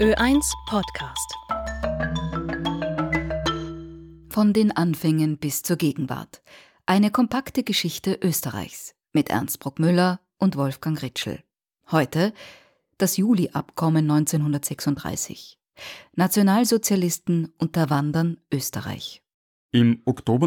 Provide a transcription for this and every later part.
Ö1 Podcast. Von den Anfängen bis zur Gegenwart. Eine kompakte Geschichte Österreichs mit Ernst Brockmüller und Wolfgang Ritschl. Heute das Juli-Abkommen 1936. Nationalsozialisten unterwandern Österreich. Im Oktober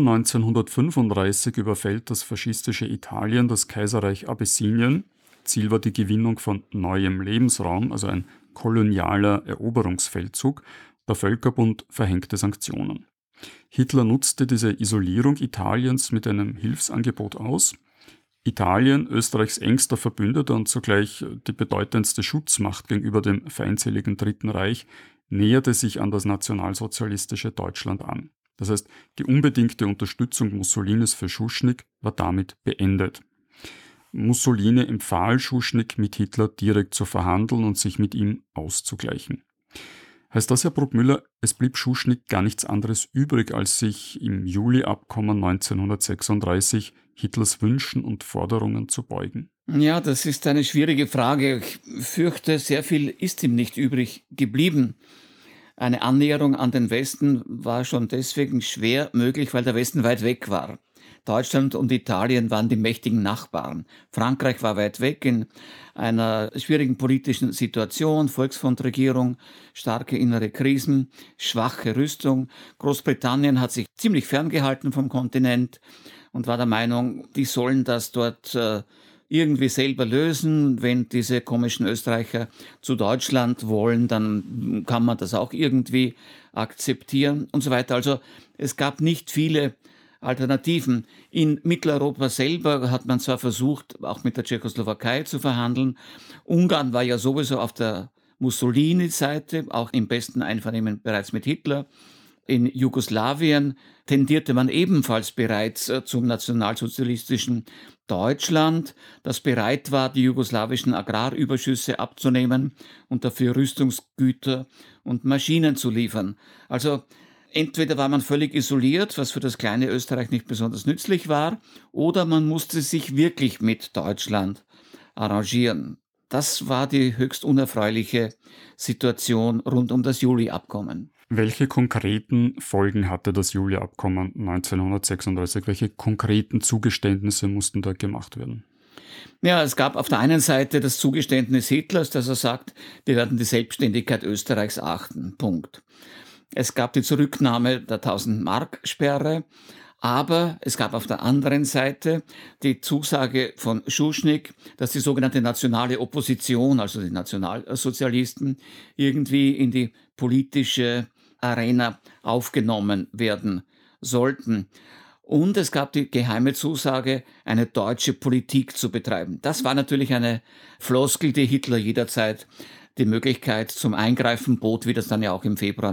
1935 überfällt das faschistische Italien das Kaiserreich Abessinien. Ziel war die Gewinnung von neuem Lebensraum, also ein kolonialer Eroberungsfeldzug. Der Völkerbund verhängte Sanktionen. Hitler nutzte diese Isolierung Italiens mit einem Hilfsangebot aus. Italien, Österreichs engster Verbündeter und zugleich die bedeutendste Schutzmacht gegenüber dem feindseligen Dritten Reich, näherte sich an das nationalsozialistische Deutschland an. Das heißt, die unbedingte Unterstützung Mussolinis für Schuschnigg war damit beendet. Mussolini empfahl Schuschnigg, mit Hitler direkt zu verhandeln und sich mit ihm auszugleichen. Heißt das, Herr Bruckmüller, es blieb Schuschnigg gar nichts anderes übrig, als sich im Juli-Abkommen 1936 Hitlers Wünschen und Forderungen zu beugen? Ja, das ist eine schwierige Frage. Ich fürchte, sehr viel ist ihm nicht übrig geblieben. Eine Annäherung an den Westen war schon deswegen schwer möglich, weil der Westen weit weg war. Deutschland und Italien waren die mächtigen Nachbarn. Frankreich war weit weg in einer schwierigen politischen Situation, Volksfrontregierung, starke innere Krisen, schwache Rüstung. Großbritannien hat sich ziemlich ferngehalten vom Kontinent und war der Meinung, die sollen das dort irgendwie selber lösen. Wenn diese komischen Österreicher zu Deutschland wollen, dann kann man das auch irgendwie akzeptieren und so weiter. Also es gab nicht viele Alternativen. In Mitteleuropa selber hat man zwar versucht, auch mit der Tschechoslowakei zu verhandeln. Ungarn war ja sowieso auf der Mussolini-Seite, auch im besten Einvernehmen bereits mit Hitler. In Jugoslawien tendierte man ebenfalls bereits zum nationalsozialistischen Deutschland, das bereit war, die jugoslawischen Agrarüberschüsse abzunehmen und dafür Rüstungsgüter und Maschinen zu liefern. Also entweder war man völlig isoliert, was für das kleine Österreich nicht besonders nützlich war, oder man musste sich wirklich mit Deutschland arrangieren. Das war die höchst unerfreuliche Situation rund um das Juli-Abkommen. Welche konkreten Folgen hatte das Juli-Abkommen 1936? Welche konkreten Zugeständnisse mussten da gemacht werden? Ja, es gab auf der einen Seite das Zugeständnis Hitlers, dass er sagt, wir werden die Selbstständigkeit Österreichs achten. Punkt. Es gab die Zurücknahme der 1000-Mark-Sperre, aber es gab auf der anderen Seite die Zusage von Schuschnigg, dass die sogenannte nationale Opposition, also die Nationalsozialisten, irgendwie in die politische Arena aufgenommen werden sollten. Und es gab die geheime Zusage, eine deutsche Politik zu betreiben. Das war natürlich eine Floskel, die Hitler jederzeit die Möglichkeit zum Eingreifen bot, wie das dann ja auch im Februar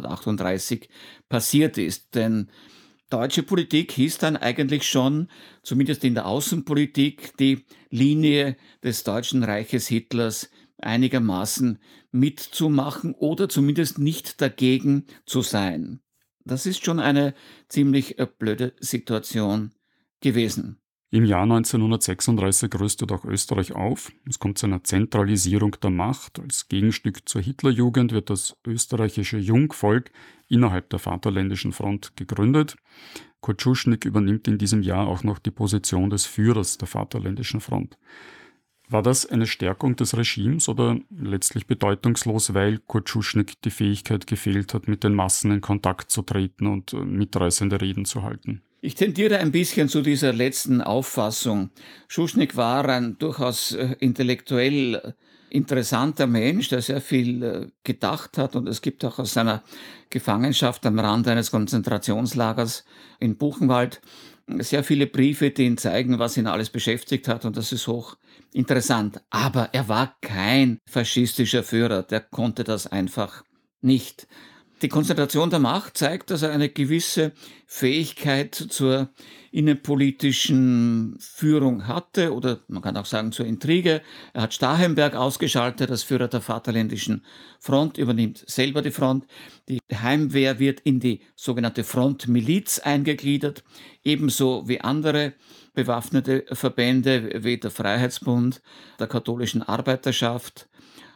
1938 passiert ist. Denn deutsche Politik hieß dann eigentlich schon, zumindest in der Außenpolitik, die Linie des Deutschen Reiches Hitlers einigermaßen mitzumachen oder zumindest nicht dagegen zu sein. Das ist schon eine ziemlich blöde Situation gewesen. Im Jahr 1936 rüstet auch Österreich auf. Es kommt zu einer Zentralisierung der Macht. Als Gegenstück zur Hitlerjugend wird das österreichische Jungvolk innerhalb der Vaterländischen Front gegründet. Kurt Schuschnigg übernimmt in diesem Jahr auch noch die Position des Führers der Vaterländischen Front. War das eine Stärkung des Regimes oder letztlich bedeutungslos, weil Kurt Schuschnigg die Fähigkeit gefehlt hat, mit den Massen in Kontakt zu treten und mitreißende Reden zu halten? Ich tendiere ein bisschen zu dieser letzten Auffassung. Schuschnigg war ein durchaus intellektuell interessanter Mensch, der sehr viel gedacht hat, und es gibt auch aus seiner Gefangenschaft am Rand eines Konzentrationslagers in Buchenwald sehr viele Briefe, die ihn zeigen, was ihn alles beschäftigt hat, und das ist hoch interessant. Aber er war kein faschistischer Führer, der konnte das einfach nicht. Die Konzentration der Macht zeigt, dass er eine gewisse Fähigkeit zur innenpolitischen Führung hatte, oder man kann auch sagen zur Intrige. Er hat Starhemberg ausgeschaltet als Führer der Vaterländischen Front, übernimmt selber die Front. Die Heimwehr wird in die sogenannte Frontmiliz eingegliedert, ebenso wie andere bewaffnete Verbände wie der Freiheitsbund, der katholischen Arbeiterschaft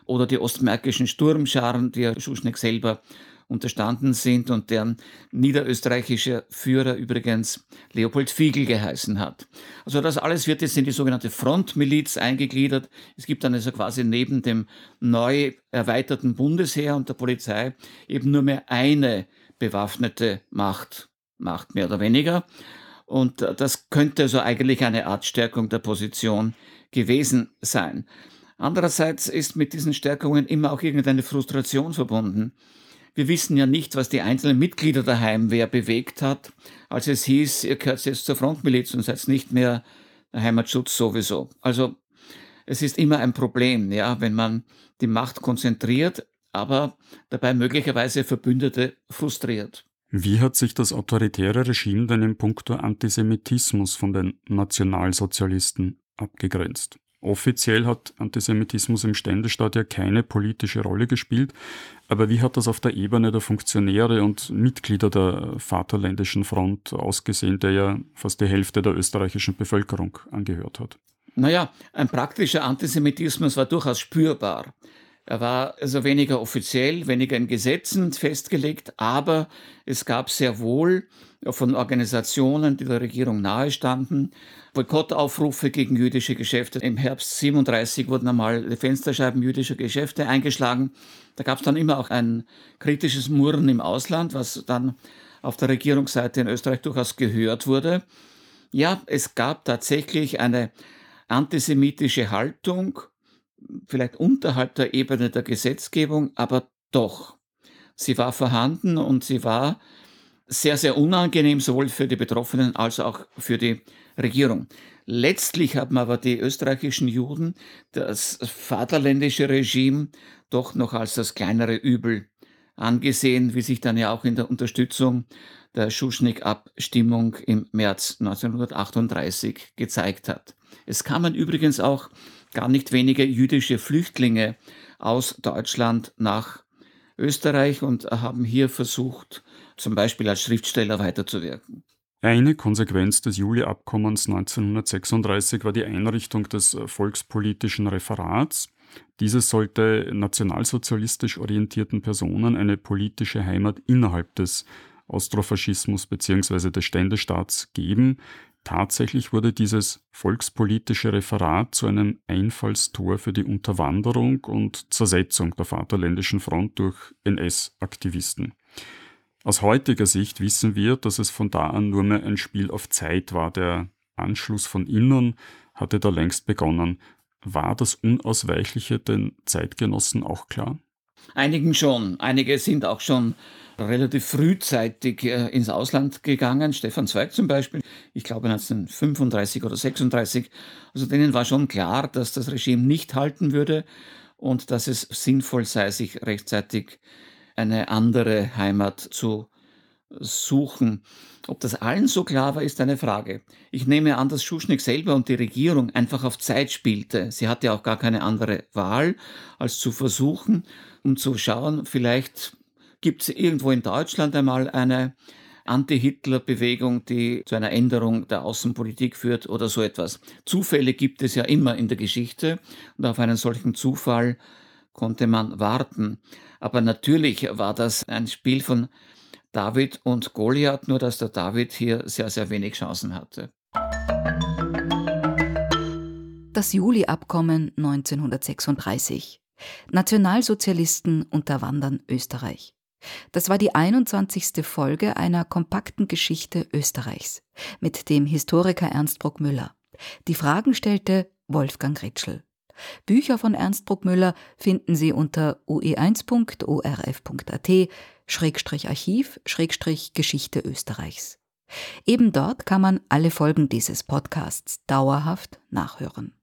oder die ostmärkischen Sturmscharen, die ja Schuschnigg selber unterstanden sind und deren niederösterreichischer Führer übrigens Leopold Fiegel geheißen hat. Also das alles wird jetzt in die sogenannte Frontmiliz eingegliedert. Es gibt dann also quasi neben dem neu erweiterten Bundesheer und der Polizei eben nur mehr eine bewaffnete Macht mehr oder weniger. Und das könnte also eigentlich eine Art Stärkung der Position gewesen sein. Andererseits ist mit diesen Stärkungen immer auch irgendeine Frustration verbunden. Wir wissen ja nicht, was die einzelnen Mitglieder der Heimwehr bewegt hat, als es hieß, ihr gehört jetzt zur Frontmiliz und seid nicht mehr der Heimatschutz sowieso. Also es ist immer ein Problem, ja, wenn man die Macht konzentriert, aber dabei möglicherweise Verbündete frustriert. Wie hat sich das autoritäre Regime denn in puncto Antisemitismus von den Nationalsozialisten abgegrenzt? Offiziell hat Antisemitismus im Ständestaat ja keine politische Rolle gespielt, aber wie hat das auf der Ebene der Funktionäre und Mitglieder der Vaterländischen Front ausgesehen, der ja fast die Hälfte der österreichischen Bevölkerung angehört hat? Naja, ein praktischer Antisemitismus war durchaus spürbar. Er war also weniger offiziell, weniger in Gesetzen festgelegt, aber es gab sehr wohl von Organisationen, die der Regierung nahestanden, Boykottaufrufe gegen jüdische Geschäfte. Im Herbst 1937 wurden einmal die Fensterscheiben jüdischer Geschäfte eingeschlagen. Da gab es dann immer auch ein kritisches Murren im Ausland, was dann auf der Regierungsseite in Österreich durchaus gehört wurde. Ja, es gab tatsächlich eine antisemitische Haltung, vielleicht unterhalb der Ebene der Gesetzgebung, aber doch. Sie war vorhanden und sie war sehr, sehr unangenehm, sowohl für die Betroffenen als auch für die Regierung. Letztlich haben aber die österreichischen Juden das vaterländische Regime doch noch als das kleinere Übel angesehen, wie sich dann ja auch in der Unterstützung der Schuschnigg-Abstimmung im März 1938 gezeigt hat. Es kamen übrigens auch gar nicht wenige jüdische Flüchtlinge aus Deutschland nach Österreich und haben hier versucht, zum Beispiel als Schriftsteller weiterzuwirken. Eine Konsequenz des Juli-Abkommens 1936 war die Einrichtung des Volkspolitischen Referats. Dieses sollte nationalsozialistisch orientierten Personen eine politische Heimat innerhalb des Austrofaschismus bzw. des Ständestaats geben. Tatsächlich wurde dieses volkspolitische Referat zu einem Einfallstor für die Unterwanderung und Zersetzung der Vaterländischen Front durch NS-Aktivisten. Aus heutiger Sicht wissen wir, dass es von da an nur mehr ein Spiel auf Zeit war. Der Anschluss von innen hatte da längst begonnen. War das Unausweichliche den Zeitgenossen auch klar? Einigen schon. Einige sind auch schon relativ frühzeitig ins Ausland gegangen. Stefan Zweig zum Beispiel, ich glaube 1935 oder 36. Also denen war schon klar, dass das Regime nicht halten würde und dass es sinnvoll sei, sich rechtzeitig eine andere Heimat zu suchen. Ob das allen so klar war, ist eine Frage. Ich nehme an, dass Schuschnigg selber und die Regierung einfach auf Zeit spielte. Sie hatte auch gar keine andere Wahl, als zu versuchen, um zu schauen, vielleicht gibt es irgendwo in Deutschland einmal eine Anti-Hitler-Bewegung, die zu einer Änderung der Außenpolitik führt oder so etwas. Zufälle gibt es ja immer in der Geschichte und auf einen solchen Zufall konnte man warten. Aber natürlich war das ein Spiel von David und Goliath, nur dass der David hier sehr, sehr wenig Chancen hatte. Das Juli-Abkommen 1936. Nationalsozialisten unterwandern Österreich. Das war die 21. Folge einer kompakten Geschichte Österreichs mit dem Historiker Ernst Bruckmüller. Die Fragen stellte Wolfgang Gritschl. Bücher von Ernst Bruckmüller finden Sie unter ue1.orf.at/archiv/Geschichte Österreichs. Eben dort kann man alle Folgen dieses Podcasts dauerhaft nachhören.